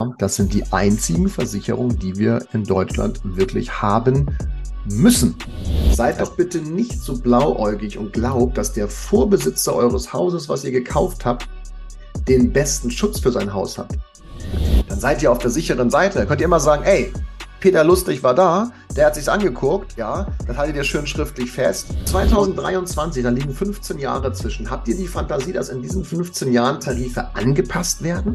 Das sind die einzigen Versicherungen, die wir in Deutschland wirklich haben müssen. Seid doch bitte nicht so blauäugig und glaubt, dass der Vorbesitzer eures Hauses, was ihr gekauft habt, den besten Schutz für sein Haus hat. Dann seid ihr auf der sicheren Seite. Dann könnt ihr immer sagen, ey, Peter Lustig war da, der hat sich's angeguckt, ja, das haltet ihr schön schriftlich fest. 2023, da liegen 15 Jahre zwischen. Habt ihr die Fantasie, dass in diesen 15 Jahren Tarife angepasst werden?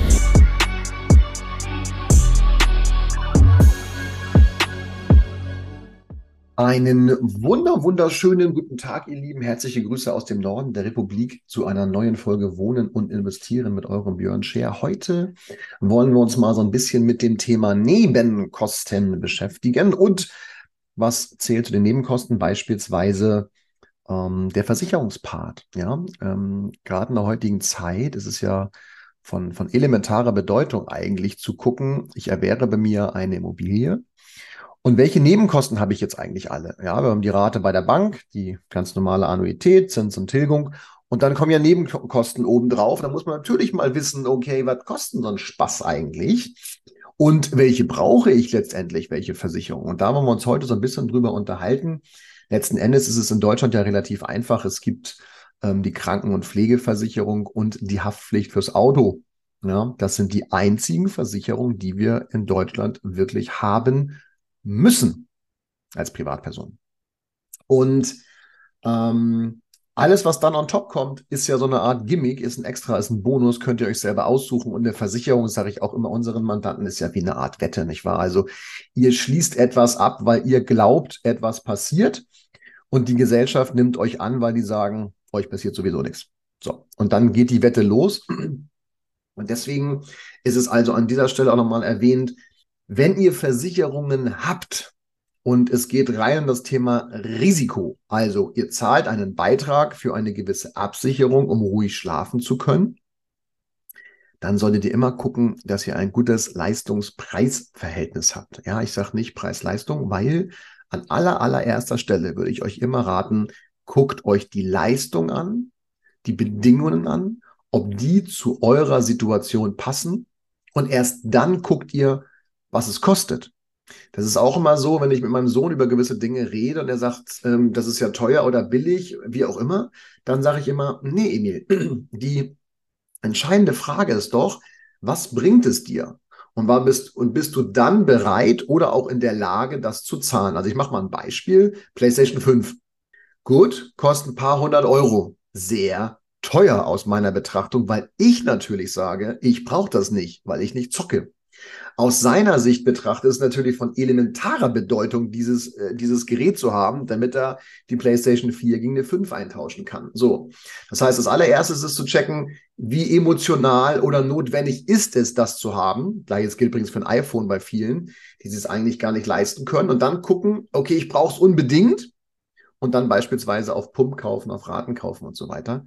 Einen wunderschönen guten Tag, ihr Lieben. Herzliche Grüße aus dem Norden der Republik zu einer neuen Folge Wohnen und Investieren mit eurem Björn Scheer. Heute wollen wir uns mal so ein bisschen mit dem Thema Nebenkosten beschäftigen. Und was zählt zu den Nebenkosten? Beispielsweise der Versicherungspart. Ja, gerade in der heutigen Zeit ist es ja von elementarer Bedeutung eigentlich zu gucken, ich erwerbe bei mir eine Immobilie. Und welche Nebenkosten habe ich jetzt eigentlich alle? Ja, wir haben die Rate bei der Bank, die ganz normale Annuität, Zins und Tilgung. Und dann kommen ja Nebenkosten obendrauf. Da muss man natürlich mal wissen, okay, was kostet so ein Spaß eigentlich? Und welche brauche ich letztendlich, welche Versicherung? Und da wollen wir uns heute so ein bisschen drüber unterhalten. Letzten Endes ist es in Deutschland ja relativ einfach. Es gibt die Kranken- und Pflegeversicherung und die Haftpflicht fürs Auto. Ja, das sind die einzigen Versicherungen, die wir in Deutschland wirklich haben müssen als Privatperson. Und alles, was dann on top kommt, ist ja so eine Art Gimmick, ist ein Extra, ist ein Bonus, könnt ihr euch selber aussuchen. Und eine Versicherung, sage ich auch immer unseren Mandanten, ist ja wie eine Art Wette, nicht wahr? Also ihr schließt etwas ab, weil ihr glaubt, etwas passiert. Und die Gesellschaft nimmt euch an, weil die sagen, euch passiert sowieso nichts. So, und dann geht die Wette los. Und deswegen ist es also an dieser Stelle auch nochmal erwähnt, wenn ihr Versicherungen habt und es geht rein um das Thema Risiko, also ihr zahlt einen Beitrag für eine gewisse Absicherung, um ruhig schlafen zu können, dann solltet ihr immer gucken, dass ihr ein gutes Leistungs-Preis-Verhältnis habt. Ja, ich sage nicht Preis-Leistung, weil an allererster Stelle würde ich euch immer raten, guckt euch die Leistung an, die Bedingungen an, ob die zu eurer Situation passen und erst dann guckt ihr, was es kostet. Das ist auch immer so, wenn ich mit meinem Sohn über gewisse Dinge rede und er sagt, das ist ja teuer oder billig, wie auch immer, dann sage ich immer, nee, Emil, die entscheidende Frage ist doch, was bringt es dir? Und bist du dann bereit oder auch in der Lage, das zu zahlen? Also ich mache mal ein Beispiel, PlayStation 5. Gut, kostet ein paar hundert Euro. Sehr teuer aus meiner Betrachtung, weil ich natürlich sage, ich brauche das nicht, weil ich nicht zocke. Aus seiner Sicht betrachtet ist natürlich von elementarer Bedeutung, dieses Gerät zu haben, damit er die PlayStation 4 gegen eine 5 eintauschen kann. So. Das heißt, das allererstes ist zu checken, wie emotional oder notwendig ist es, das zu haben. Gleiches gilt übrigens für ein iPhone bei vielen, die sich es eigentlich gar nicht leisten können. Und dann gucken, okay, ich brauche es unbedingt. Und dann beispielsweise auf Pump kaufen, auf Raten kaufen und so weiter.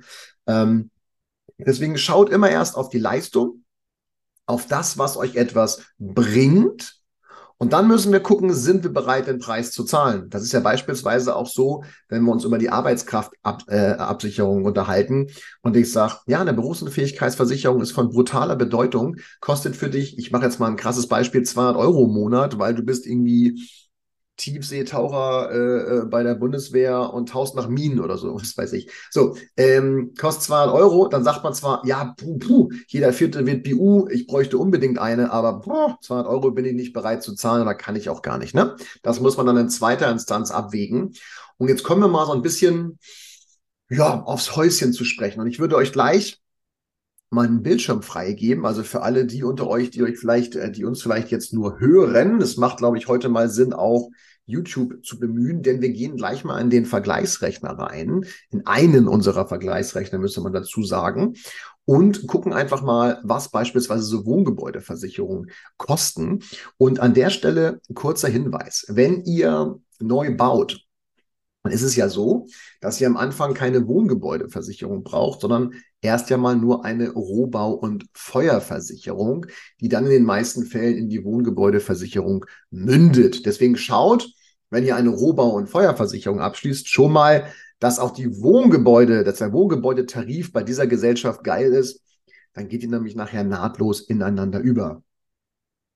Deswegen schaut immer erst auf die Leistung, auf das, was euch etwas bringt. Und dann müssen wir gucken, sind wir bereit, den Preis zu zahlen? Das ist ja beispielsweise auch so, wenn wir uns über die Arbeitskraftabsicherung unterhalten und ich sage, ja, eine Berufsunfähigkeitsversicherung ist von brutaler Bedeutung, kostet für dich, ich mache jetzt mal ein krasses Beispiel, 200 Euro im Monat, weil du bist irgendwie Tiefseetaucher bei der Bundeswehr und tauchst nach Minen oder so, was weiß ich. So, kostet 200 Euro, dann sagt man zwar, ja, jeder Vierte wird BU, ich bräuchte unbedingt eine, aber 200 Euro bin ich nicht bereit zu zahlen oder kann ich auch gar nicht. Ne? Das muss man dann in zweiter Instanz abwägen. Und jetzt kommen wir mal so ein bisschen ja, aufs Häuschen zu sprechen. Und ich würde euch gleich mal einen Bildschirm freigeben. Also für alle die unter euch, die uns vielleicht jetzt nur hören. Es macht, glaube ich, heute mal Sinn, auch YouTube zu bemühen, denn wir gehen gleich mal in den Vergleichsrechner rein. In einen unserer Vergleichsrechner müsste man dazu sagen. Und gucken einfach mal, was beispielsweise so Wohngebäudeversicherungen kosten. Und an der Stelle kurzer Hinweis. Wenn ihr neu baut, dann ist es ja so, dass ihr am Anfang keine Wohngebäudeversicherung braucht, sondern erst ja mal nur eine Rohbau- und Feuerversicherung, die dann in den meisten Fällen in die Wohngebäudeversicherung mündet. Deswegen schaut, wenn ihr eine Rohbau- und Feuerversicherung abschließt, schon mal, dass auch dass der Wohngebäudetarif bei dieser Gesellschaft geil ist. Dann geht ihr nämlich nachher nahtlos ineinander über.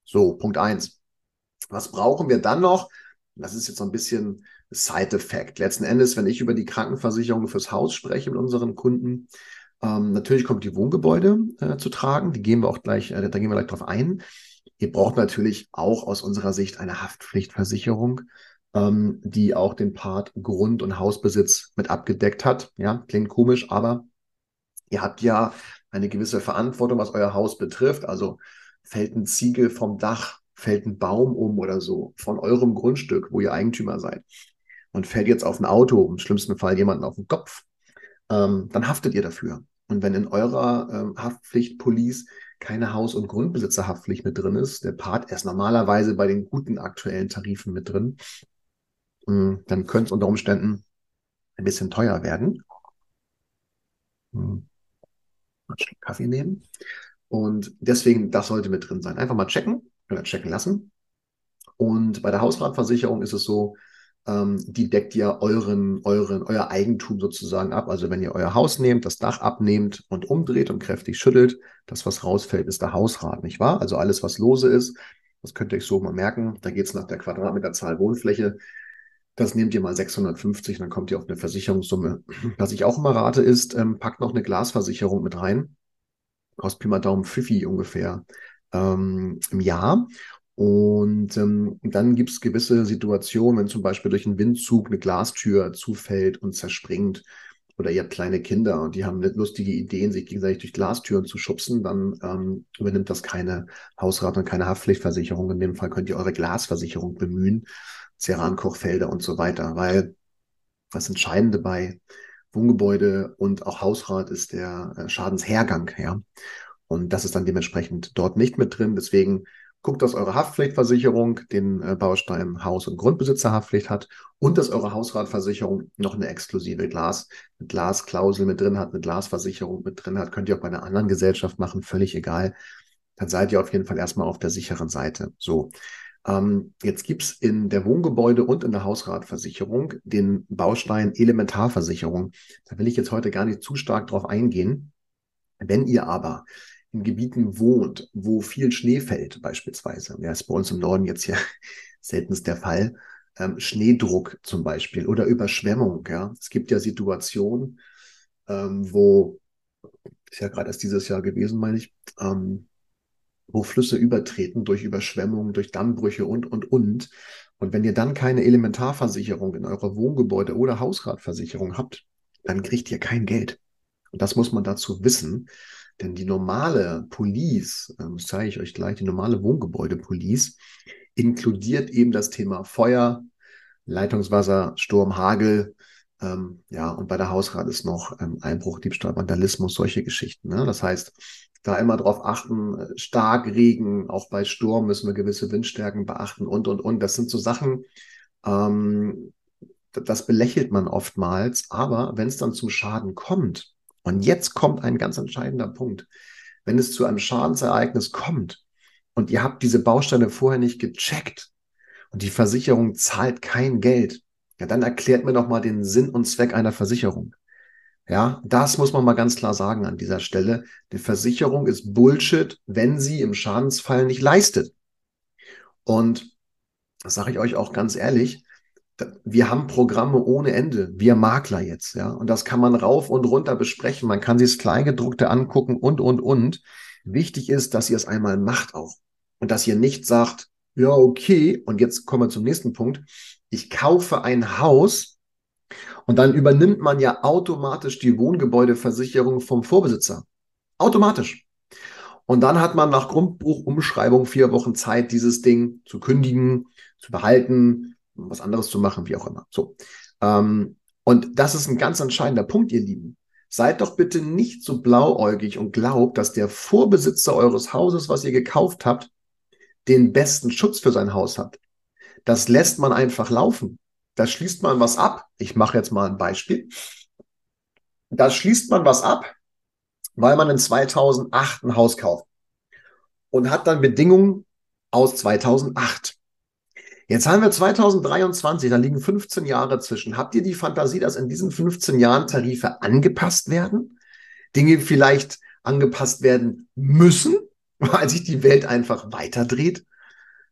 So, Punkt eins. Was brauchen wir dann noch? Das ist jetzt so ein bisschen Side-Effekt. Letzten Endes, wenn ich über die Krankenversicherung fürs Haus spreche mit unseren Kunden, natürlich kommt die Wohngebäude zu tragen. Die gehen wir auch gleich, da gehen wir gleich drauf ein. Ihr braucht natürlich auch aus unserer Sicht eine Haftpflichtversicherung, die auch den Part Grund- und Hausbesitz mit abgedeckt hat. Ja, klingt komisch, aber ihr habt ja eine gewisse Verantwortung, was euer Haus betrifft. Also fällt ein Ziegel vom Dach, fällt ein Baum um oder so von eurem Grundstück, wo ihr Eigentümer seid, und fällt jetzt auf ein Auto, im schlimmsten Fall jemanden auf den Kopf, dann haftet ihr dafür. Und wenn in eurer Haftpflichtpolice keine Haus- und Grundbesitzerhaftpflicht mit drin ist, der Part ist normalerweise bei den guten aktuellen Tarifen mit drin, dann könnte es unter Umständen ein bisschen teuer werden. Hm, mal einen Schluck Kaffee nehmen. Und deswegen, das sollte mit drin sein. Einfach mal checken oder checken lassen. Und bei der Hausratversicherung ist es so, die deckt ja euer Eigentum sozusagen ab. Also wenn ihr euer Haus nehmt, das Dach abnehmt und umdreht und kräftig schüttelt, das, was rausfällt, ist der Hausrat, nicht wahr? Also alles, was lose ist, das könnt ihr euch so mal merken. Da geht es nach der Quadratmeterzahl Wohnfläche. Das nehmt ihr mal 650, dann kommt ihr auf eine Versicherungssumme. Was ich auch immer rate, ist, packt noch eine Glasversicherung mit rein. Kostet Pi mal Daumen Pfiffi ungefähr im Jahr. Und dann gibt es gewisse Situationen, wenn zum Beispiel durch einen Windzug eine Glastür zufällt und zerspringt, oder ihr habt kleine Kinder und die haben lustige Ideen, sich gegenseitig durch Glastüren zu schubsen, dann übernimmt das keine Hausrat und keine Haftpflichtversicherung. In dem Fall könnt ihr eure Glasversicherung bemühen, Cerankochfelder und so weiter, weil das Entscheidende bei Wohngebäude und auch Hausrat ist der Schadenshergang, ja. Und das ist dann dementsprechend dort nicht mit drin. Deswegen guckt, dass eure Haftpflichtversicherung den Baustein Haus- und Grundbesitzerhaftpflicht hat und dass eure Hausratversicherung noch eine exklusive Glasklausel mit drin hat, eine Glasversicherung mit drin hat. Könnt ihr auch bei einer anderen Gesellschaft machen, völlig egal. Dann seid ihr auf jeden Fall erstmal auf der sicheren Seite. So. Jetzt gibt es in der Wohngebäude und in der Hausratversicherung den Baustein Elementarversicherung. Da will ich jetzt heute gar nicht zu stark drauf eingehen. Wenn ihr aber in Gebieten wohnt, wo viel Schnee fällt, beispielsweise, ja, ist bei uns im Norden jetzt hier seltenst der Fall, Schneedruck zum Beispiel oder Überschwemmung, ja. Es gibt ja Situationen, wo, ist ja gerade erst dieses Jahr gewesen, meine ich, wo Flüsse übertreten durch Überschwemmungen, durch Dammbrüche und. Und wenn ihr dann keine Elementarversicherung in eurer Wohngebäude- oder Hausratversicherung habt, dann kriegt ihr kein Geld. Und das muss man dazu wissen, denn die normale Police, das zeige ich euch gleich, die normale Wohngebäude-Police inkludiert eben das Thema Feuer, Leitungswasser, Sturm, Hagel, ja, und bei der Hausrat ist noch Einbruch, Diebstahl, Vandalismus, solche Geschichten. Ne? Das heißt, da immer drauf achten, Starkregen, auch bei Sturm müssen wir gewisse Windstärken beachten und. Das sind so Sachen, ähm, das belächelt man oftmals, aber wenn es dann zum Schaden kommt, und jetzt kommt ein ganz entscheidender Punkt, wenn es zu einem Schadensereignis kommt und ihr habt diese Bausteine vorher nicht gecheckt und die Versicherung zahlt kein Geld, ja, dann erklärt mir doch mal den Sinn und Zweck einer Versicherung. Ja, das muss man mal ganz klar sagen an dieser Stelle. Die Versicherung ist Bullshit, wenn sie im Schadensfall nicht leistet. Und das sage ich euch auch ganz ehrlich, wir haben Programme ohne Ende, wir Makler jetzt, ja. Und das kann man rauf und runter besprechen. Man kann sich das Kleingedruckte angucken und. Wichtig ist, dass ihr es einmal macht auch. Und dass ihr nicht sagt, ja, okay, und jetzt kommen wir zum nächsten Punkt. Ich kaufe ein Haus und dann übernimmt man ja automatisch die Wohngebäudeversicherung vom Vorbesitzer. Automatisch. Und dann hat man nach Grundbuchumschreibung 4 Wochen Zeit, dieses Ding zu kündigen, zu behalten, was anderes zu machen, wie auch immer. So. Und das ist ein ganz entscheidender Punkt, ihr Lieben. Seid doch bitte nicht so blauäugig und glaubt, dass der Vorbesitzer eures Hauses, was ihr gekauft habt, den besten Schutz für sein Haus hat. Das lässt man einfach laufen. Da schließt man was ab. Ich mache jetzt mal ein Beispiel. Da schließt man was ab, weil man in 2008 ein Haus kauft und hat dann Bedingungen aus 2008. Jetzt haben wir 2023, da liegen 15 Jahre zwischen. Habt ihr die Fantasie, dass in diesen 15 Jahren Tarife angepasst werden? Dinge vielleicht angepasst werden müssen, weil sich die Welt einfach weiterdreht?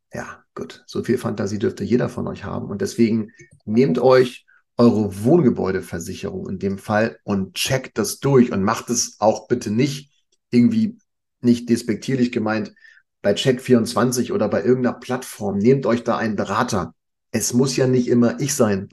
Ja, gut. So viel Fantasie dürfte jeder von euch haben. Und deswegen nehmt euch eure Wohngebäudeversicherung in dem Fall und checkt das durch und macht es auch bitte nicht irgendwie nicht despektierlich gemeint bei Check24 oder bei irgendeiner Plattform. Nehmt euch da einen Berater. Es muss ja nicht immer ich sein.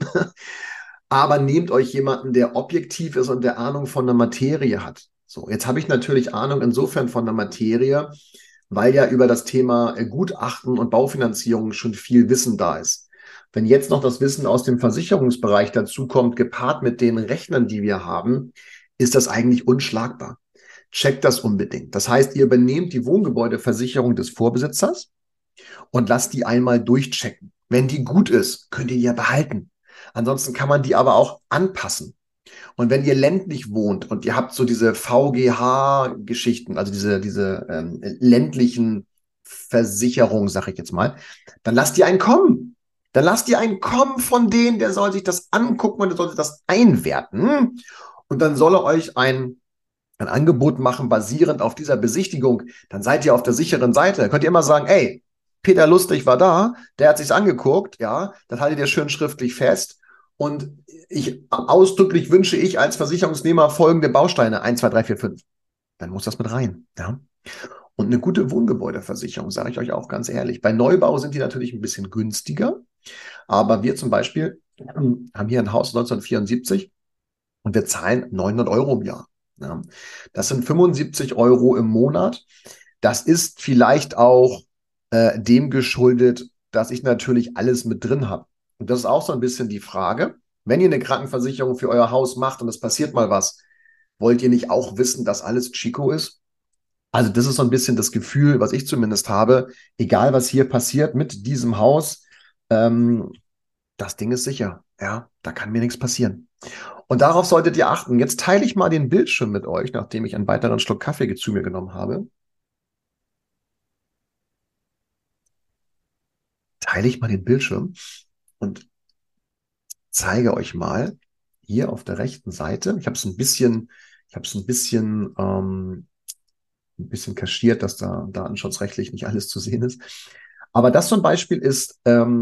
Aber nehmt euch jemanden, der objektiv ist und der Ahnung von der Materie hat. So, jetzt habe ich natürlich Ahnung insofern von der Materie, weil ja über das Thema Gutachten und Baufinanzierung schon viel Wissen da ist. Wenn jetzt noch das Wissen aus dem Versicherungsbereich dazukommt, gepaart mit den Rechnern, die wir haben, ist das eigentlich unschlagbar. Checkt das unbedingt. Das heißt, ihr übernehmt die Wohngebäudeversicherung des Vorbesitzers und lasst die einmal durchchecken. Wenn die gut ist, könnt ihr die ja behalten. Ansonsten kann man die aber auch anpassen. Und wenn ihr ländlich wohnt und ihr habt so diese VGH-Geschichten, also diese ländlichen Versicherungen, sag ich jetzt mal, dann lasst ihr einen kommen. Dann lasst ihr einen kommen von denen, der soll sich das angucken und der soll sich das einwerten. Und dann soll er euch ein Angebot machen, basierend auf dieser Besichtigung. Dann seid ihr auf der sicheren Seite. Dann könnt ihr immer sagen, ey, Peter Lustig war da, der hat sich's angeguckt, ja, das haltet ihr schön schriftlich fest. Und ausdrücklich wünsche ich als Versicherungsnehmer folgende Bausteine: 1, 2, 3, 4, 5. Dann muss das mit rein. Ja? Und eine gute Wohngebäudeversicherung, sage ich euch auch ganz ehrlich. Bei Neubau sind die natürlich ein bisschen günstiger. Aber wir zum Beispiel haben hier ein Haus 1974 und wir zahlen 900 Euro im Jahr. Ja? Das sind 75 Euro im Monat. Das ist vielleicht auch dem geschuldet, dass ich natürlich alles mit drin habe. Und das ist auch so ein bisschen die Frage, wenn ihr eine Krankenversicherung für euer Haus macht und es passiert mal was, wollt ihr nicht auch wissen, dass alles Chico ist? Also das ist so ein bisschen das Gefühl, was ich zumindest habe, egal was hier passiert mit diesem Haus, ähm, das Ding ist sicher. Ja, da kann mir nichts passieren. Und darauf solltet ihr achten. Jetzt teile ich mal den Bildschirm mit euch, nachdem ich einen weiteren Schluck Kaffee zu mir genommen habe. Teile ich mal den Bildschirm und zeige euch mal hier auf der rechten Seite. Ich habe es ein bisschen kaschiert, dass da datenschutzrechtlich nicht alles zu sehen ist. Aber das zum Beispiel ist,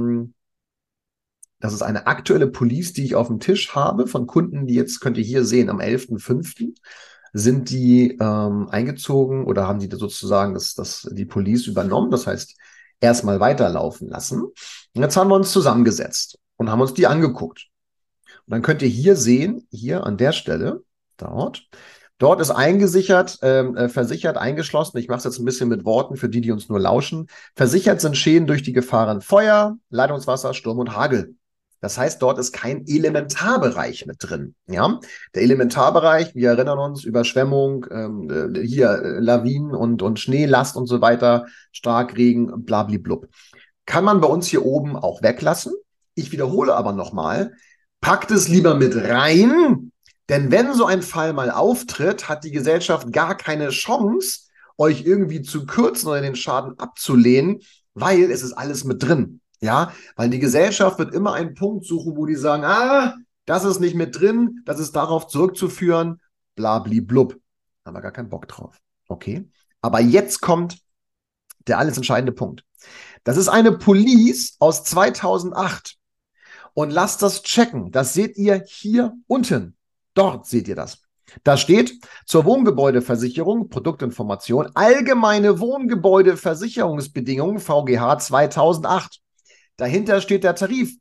das ist eine aktuelle Police, die ich auf dem Tisch habe von Kunden, die jetzt, könnt ihr hier sehen, am 11.05. sind die eingezogen oder haben die sozusagen die Police übernommen. Das heißt, erstmal weiterlaufen lassen. Und jetzt haben wir uns zusammengesetzt und haben uns die angeguckt. Und dann könnt ihr hier sehen, hier an der Stelle, dort ist eingesichert, versichert, eingeschlossen. Ich mache es jetzt ein bisschen mit Worten für die, die uns nur lauschen. Versichert sind Schäden durch die Gefahren Feuer, Leitungswasser, Sturm und Hagel. Das heißt, dort ist kein Elementarbereich mit drin. Ja? Der Elementarbereich, wir erinnern uns, Überschwemmung, Lawinen und Schneelast und so weiter, Starkregen, blablablub. Kann man bei uns hier oben auch weglassen. Ich wiederhole aber nochmal, packt es lieber mit rein, denn wenn so ein Fall mal auftritt, hat die Gesellschaft gar keine Chance, euch irgendwie zu kürzen oder den Schaden abzulehnen, weil es ist alles mit drin. Ja, weil die Gesellschaft wird immer einen Punkt suchen, wo die sagen, das ist nicht mit drin, das ist darauf zurückzuführen, blablablub. Haben wir gar keinen Bock drauf. Okay. Aber jetzt kommt der alles entscheidende Punkt. Das ist eine Police aus 2008. Und lasst das checken. Das seht ihr hier unten. Dort seht ihr das. Da steht zur Wohngebäudeversicherung, Produktinformation, allgemeine Wohngebäudeversicherungsbedingungen VGH 2008. Dahinter steht der Tarif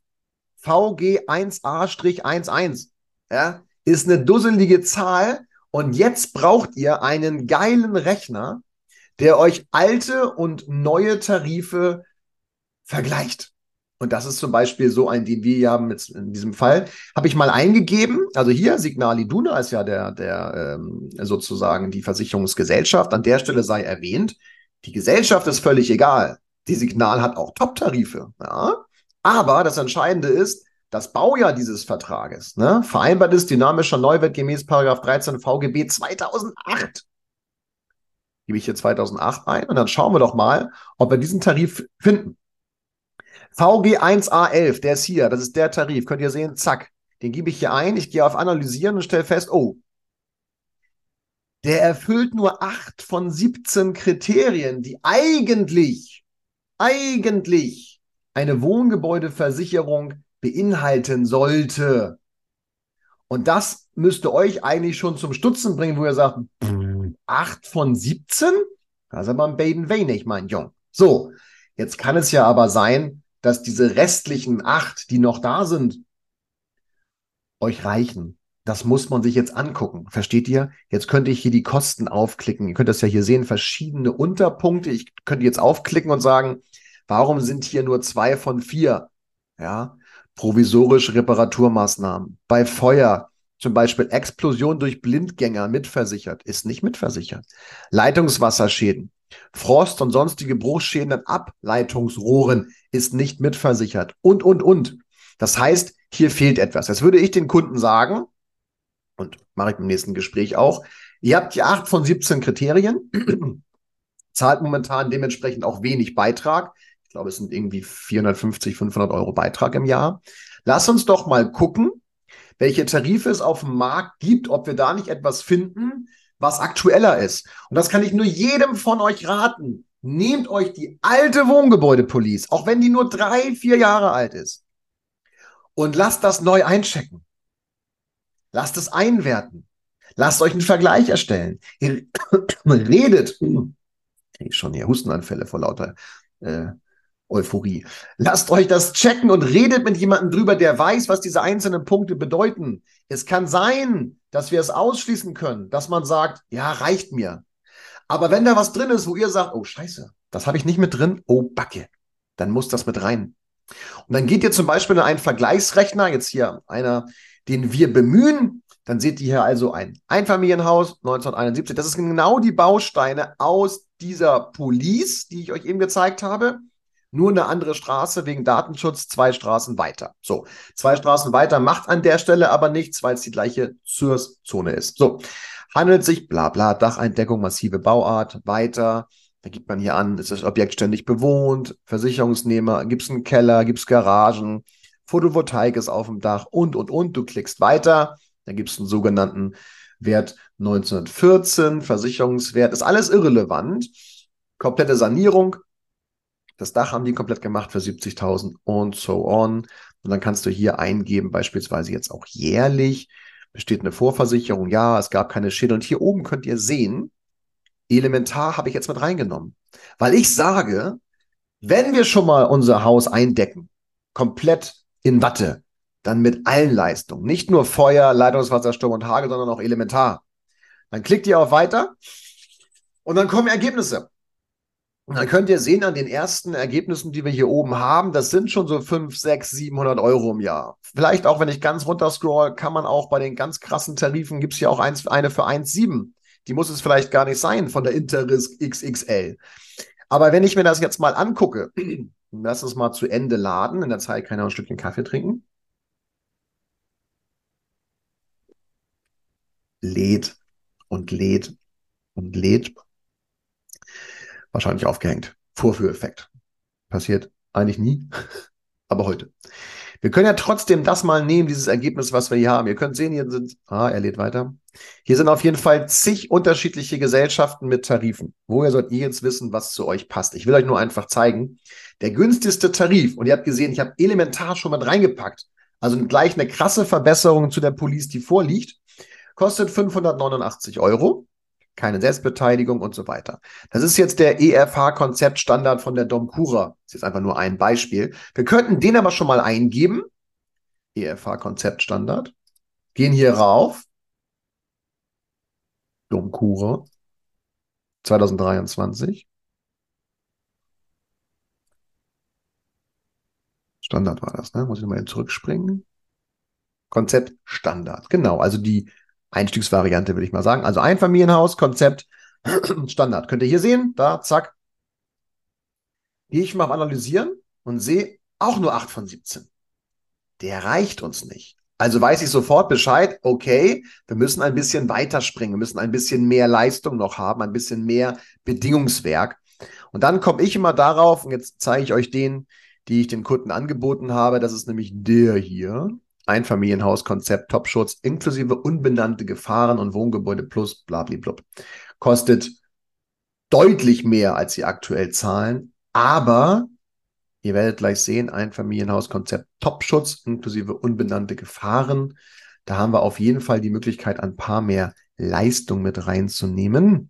VG1A-11. Ja, ist eine dusselige Zahl. Und jetzt braucht ihr einen geilen Rechner, der euch alte und neue Tarife vergleicht. Und das ist zum Beispiel so ein, den wir haben jetzt in diesem Fall, habe ich mal eingegeben. Also hier, Signal Iduna ist ja der sozusagen die Versicherungsgesellschaft. An der Stelle sei erwähnt, die Gesellschaft ist völlig egal. Die Signal hat auch Top-Tarife. Ja? Aber das Entscheidende ist, das Baujahr dieses Vertrages, ne? Vereinbart ist dynamischer Neuwert gemäß Paragraph 13 VGB 2008. Gebe ich hier 2008 ein und dann schauen wir doch mal, ob wir diesen Tarif finden. VG1A11, der ist hier, das ist der Tarif, könnt ihr sehen, zack, den gebe ich hier ein, ich gehe auf Analysieren und stelle fest, oh, der erfüllt nur 8 von 17 Kriterien, die eigentlich eigentlich eine Wohngebäudeversicherung beinhalten sollte. Und das müsste euch eigentlich schon zum Stutzen bringen, wo ihr sagt, 8 von 17? Das ist aber ein bisschen wenig, mein Jung. So, jetzt kann es ja aber sein, dass diese restlichen 8, die noch da sind, euch reichen. Das muss man sich jetzt angucken. Versteht ihr? Jetzt könnte ich hier die Kosten aufklicken. Ihr könnt das ja hier sehen, verschiedene Unterpunkte. Ich könnte jetzt aufklicken und sagen, warum sind hier nur 2 von 4? Ja, provisorische Reparaturmaßnahmen. Bei Feuer, zum Beispiel Explosion durch Blindgänger mitversichert, ist nicht mitversichert. Leitungswasserschäden, Frost und sonstige Bruchschäden an Ableitungsrohren ist nicht mitversichert. Und. Das heißt, hier fehlt etwas. Jetzt würde ich den Kunden sagen, und mache ich im nächsten Gespräch auch, ihr habt die 8 von 17 Kriterien, zahlt momentan dementsprechend auch wenig Beitrag. Ich glaube, es sind irgendwie 450, 500 Euro Beitrag im Jahr. Lass uns doch mal gucken, welche Tarife es auf dem Markt gibt, ob wir da nicht etwas finden, was aktueller ist. Und das kann ich nur jedem von euch raten. Nehmt euch die alte Wohngebäudepolice, auch wenn die nur 3, 4 Jahre alt ist, und lasst das neu einchecken. Lasst es einwerten. Lasst euch einen Vergleich erstellen. Ihr redet. Ich schon hier Hustenanfälle vor lauter Euphorie. Lasst euch das checken und redet mit jemandem drüber, der weiß, was diese einzelnen Punkte bedeuten. Es kann sein, dass wir es ausschließen können, dass man sagt, ja, reicht mir. Aber wenn da was drin ist, wo ihr sagt, oh Scheiße, das habe ich nicht mit drin, oh Backe, dann muss das mit rein. Und dann geht ihr zum Beispiel in einen Vergleichsrechner, jetzt hier einer, den wir bemühen. Dann seht ihr hier also ein Einfamilienhaus 1971. Das sind genau die Bausteine aus dieser Police, die ich euch eben gezeigt habe. Nur eine andere Straße wegen Datenschutz, 2 Straßen weiter. So, 2 Straßen weiter macht an der Stelle aber nichts, weil es die gleiche Zone ist. So, handelt sich, bla bla, Dacheindeckung, massive Bauart, weiter. Da gibt man hier an, ist das Objekt ständig bewohnt, Versicherungsnehmer, gibt es einen Keller, gibt es Garagen, Photovoltaik ist auf dem Dach und. Du klickst weiter, da gibt es einen sogenannten Wert 1914, Versicherungswert, ist alles irrelevant. Komplette Sanierung, das Dach haben die komplett gemacht für 70.000 und so on. Und dann kannst du hier eingeben, beispielsweise jetzt auch jährlich, besteht eine Vorversicherung, ja, es gab keine Schäden. Und hier oben könnt ihr sehen, Elementar habe ich jetzt mit reingenommen. Weil ich sage, wenn wir schon mal unser Haus eindecken, komplett in Watte, dann mit allen Leistungen, nicht nur Feuer, Leitungswasser, Sturm und Hagel, sondern auch Elementar. Dann klickt ihr auf Weiter und dann kommen Ergebnisse. Und dann könnt ihr sehen an den ersten Ergebnissen, die wir hier oben haben, das sind schon so 5, 6, 700 Euro im Jahr. Vielleicht auch, wenn ich ganz runter scroll, kann man auch bei den ganz krassen Tarifen, gibt es hier auch eine für 1,7. Die muss es vielleicht gar nicht sein von der Interris XXL. Aber wenn ich mir das jetzt mal angucke, lass es mal zu Ende laden, in der Zeit kann ich noch ein Stückchen Kaffee trinken. Lädt und lädt und lädt. Wahrscheinlich aufgehängt. Vorführeffekt. Passiert eigentlich nie, aber heute. Wir können ja trotzdem das mal nehmen, dieses Ergebnis, was wir hier haben. Ihr könnt sehen, hier sind, er lädt weiter. Hier sind auf jeden Fall zig unterschiedliche Gesellschaften mit Tarifen. Woher sollt ihr jetzt wissen, was zu euch passt? Ich will euch nur einfach zeigen, der günstigste Tarif, und ihr habt gesehen, ich habe Elementar schon mit reingepackt, also gleich eine krasse Verbesserung zu der Police, die vorliegt, kostet 589 Euro. Keine Selbstbeteiligung und so weiter. Das ist jetzt der EFH-Konzeptstandard von der DOMCURA. Das ist jetzt einfach nur ein Beispiel. Wir könnten den aber schon mal eingeben. EFH-Konzeptstandard. Gehen hier rauf. DOMCURA 2023. Standard war das, ne? Muss ich mal eben zurückspringen. Konzeptstandard. Genau, also die Einstiegsvariante, würde ich mal sagen. Also Einfamilienhaus, Konzept, Standard. Könnt ihr hier sehen? Da, zack. Gehe ich mal auf Analysieren und sehe auch nur 8 von 17. Der reicht uns nicht. Also weiß ich sofort Bescheid, okay, wir müssen ein bisschen weiterspringen, wir müssen ein bisschen mehr Leistung noch haben, ein bisschen mehr Bedingungswerk. Und dann komme ich immer darauf, und jetzt zeige ich euch den, die ich den Kunden angeboten habe. Das ist nämlich der hier. Einfamilienhaus-Konzept, Topschutz, inklusive unbenannte Gefahren und Wohngebäude plus blabliblub. Kostet deutlich mehr, als sie aktuell zahlen. Aber ihr werdet gleich sehen, Einfamilienhauskonzept Topschutz inklusive unbenannte Gefahren. Da haben wir auf jeden Fall die Möglichkeit, ein paar mehr Leistung mit reinzunehmen.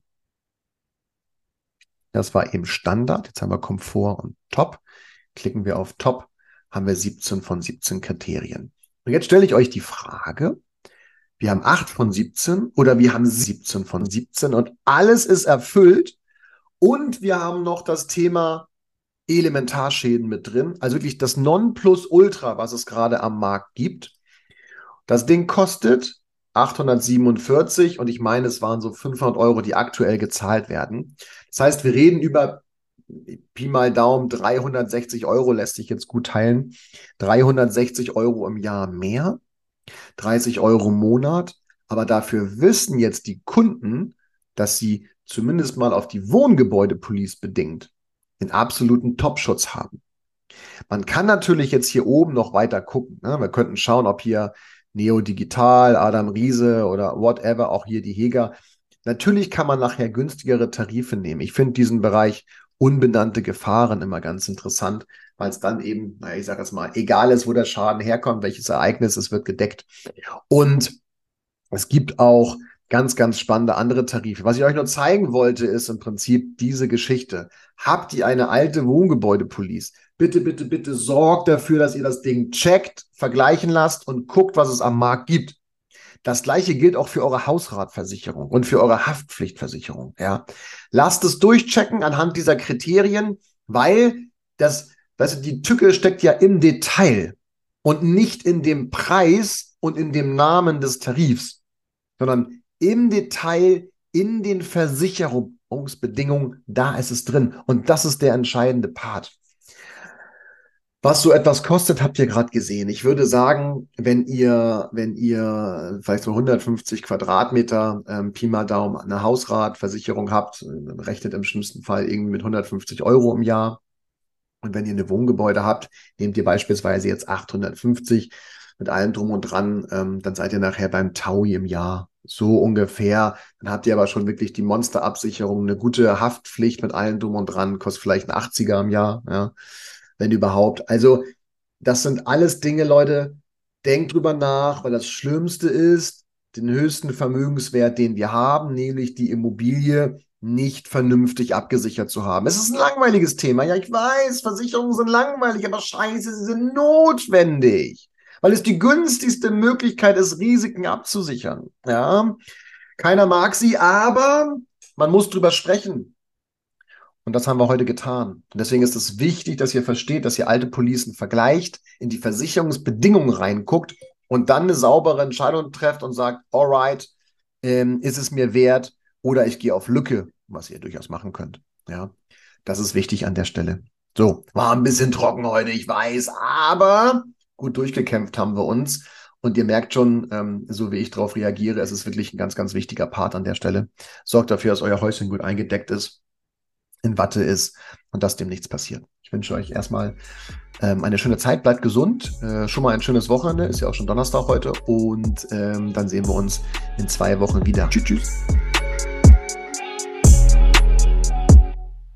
Das war eben Standard. Jetzt haben wir Komfort und Top. Klicken wir auf Top, haben wir 17 von 17 Kriterien. Und jetzt stelle ich euch die Frage, wir haben 8 von 17 oder wir haben 17 von 17 und alles ist erfüllt und wir haben noch das Thema Elementarschäden mit drin, also wirklich das Nonplusultra, was es gerade am Markt gibt. Das Ding kostet 847 und ich meine, es waren so 500 Euro, die aktuell gezahlt werden. Das heißt, wir reden über Pi mal Daumen 360 Euro, lässt sich jetzt gut teilen. 360 Euro im Jahr mehr, 30 Euro im Monat. Aber dafür wissen jetzt die Kunden, dass sie zumindest mal auf die Wohngebäudepolice bedingt den absoluten Topschutz haben. Man kann natürlich jetzt hier oben noch weiter gucken. Ne? Wir könnten schauen, ob hier Neo Digital, Adam Riese oder whatever, auch hier die Heger. Natürlich kann man nachher günstigere Tarife nehmen. Ich finde diesen Bereich unbenannte Gefahren immer ganz interessant, weil es dann eben, naja, ich sage jetzt mal, egal ist, wo der Schaden herkommt, welches Ereignis, es wird gedeckt. Und es gibt auch ganz, ganz spannende andere Tarife. Was ich euch nur zeigen wollte, ist im Prinzip diese Geschichte. Habt ihr eine alte Wohngebäudepolice? Bitte, bitte, bitte sorgt dafür, dass ihr das Ding checkt, vergleichen lasst und guckt, was es am Markt gibt. Das Gleiche gilt auch für eure Hausratversicherung und für eure Haftpflichtversicherung. Ja. Lasst es durchchecken anhand dieser Kriterien, weil weißt du, die Tücke steckt ja im Detail und nicht in dem Preis und in dem Namen des Tarifs, sondern im Detail, in den Versicherungsbedingungen, da ist es drin. Und das ist der entscheidende Part. Was so etwas kostet, habt ihr gerade gesehen. Ich würde sagen, wenn ihr vielleicht so 150 Quadratmeter Pi mal Daumen eine Hausratversicherung habt, rechnet im schlimmsten Fall irgendwie mit 150 Euro im Jahr. Und wenn ihr eine Wohngebäude habt, nehmt ihr beispielsweise jetzt 850 mit allem drum und dran, dann seid ihr nachher beim Taui im Jahr. So ungefähr. Dann habt ihr aber schon wirklich die Monsterabsicherung, eine gute Haftpflicht mit allem drum und dran, kostet vielleicht ein 80er im Jahr, ja, wenn überhaupt. Also, das sind alles Dinge, Leute. Denkt drüber nach, weil das Schlimmste ist, den höchsten Vermögenswert, den wir haben, nämlich die Immobilie, nicht vernünftig abgesichert zu haben. Es ist ein langweiliges Thema. Ja, ich weiß, Versicherungen sind langweilig, aber scheiße, sie sind notwendig, weil es die günstigste Möglichkeit ist, Risiken abzusichern. Ja, keiner mag sie, aber man muss drüber sprechen. Und das haben wir heute getan. Und deswegen ist es wichtig, dass ihr versteht, dass ihr alte Policen vergleicht, in die Versicherungsbedingungen reinguckt und dann eine saubere Entscheidung trefft und sagt, alright, ist es mir wert oder ich gehe auf Lücke, was ihr durchaus machen könnt. Ja, das ist wichtig an der Stelle. So, war ein bisschen trocken heute, ich weiß, aber gut durchgekämpft haben wir uns. Und ihr merkt schon, so wie ich darauf reagiere, es ist wirklich ein ganz, ganz wichtiger Part an der Stelle. Sorgt dafür, dass euer Häuschen gut eingedeckt ist, in Watte ist und dass dem nichts passiert. Ich wünsche euch erstmal eine schöne Zeit, bleibt gesund, schon mal ein schönes Wochenende, ist ja auch schon Donnerstag heute und dann sehen wir uns in 2 Wochen wieder. Tschüss, tschüss.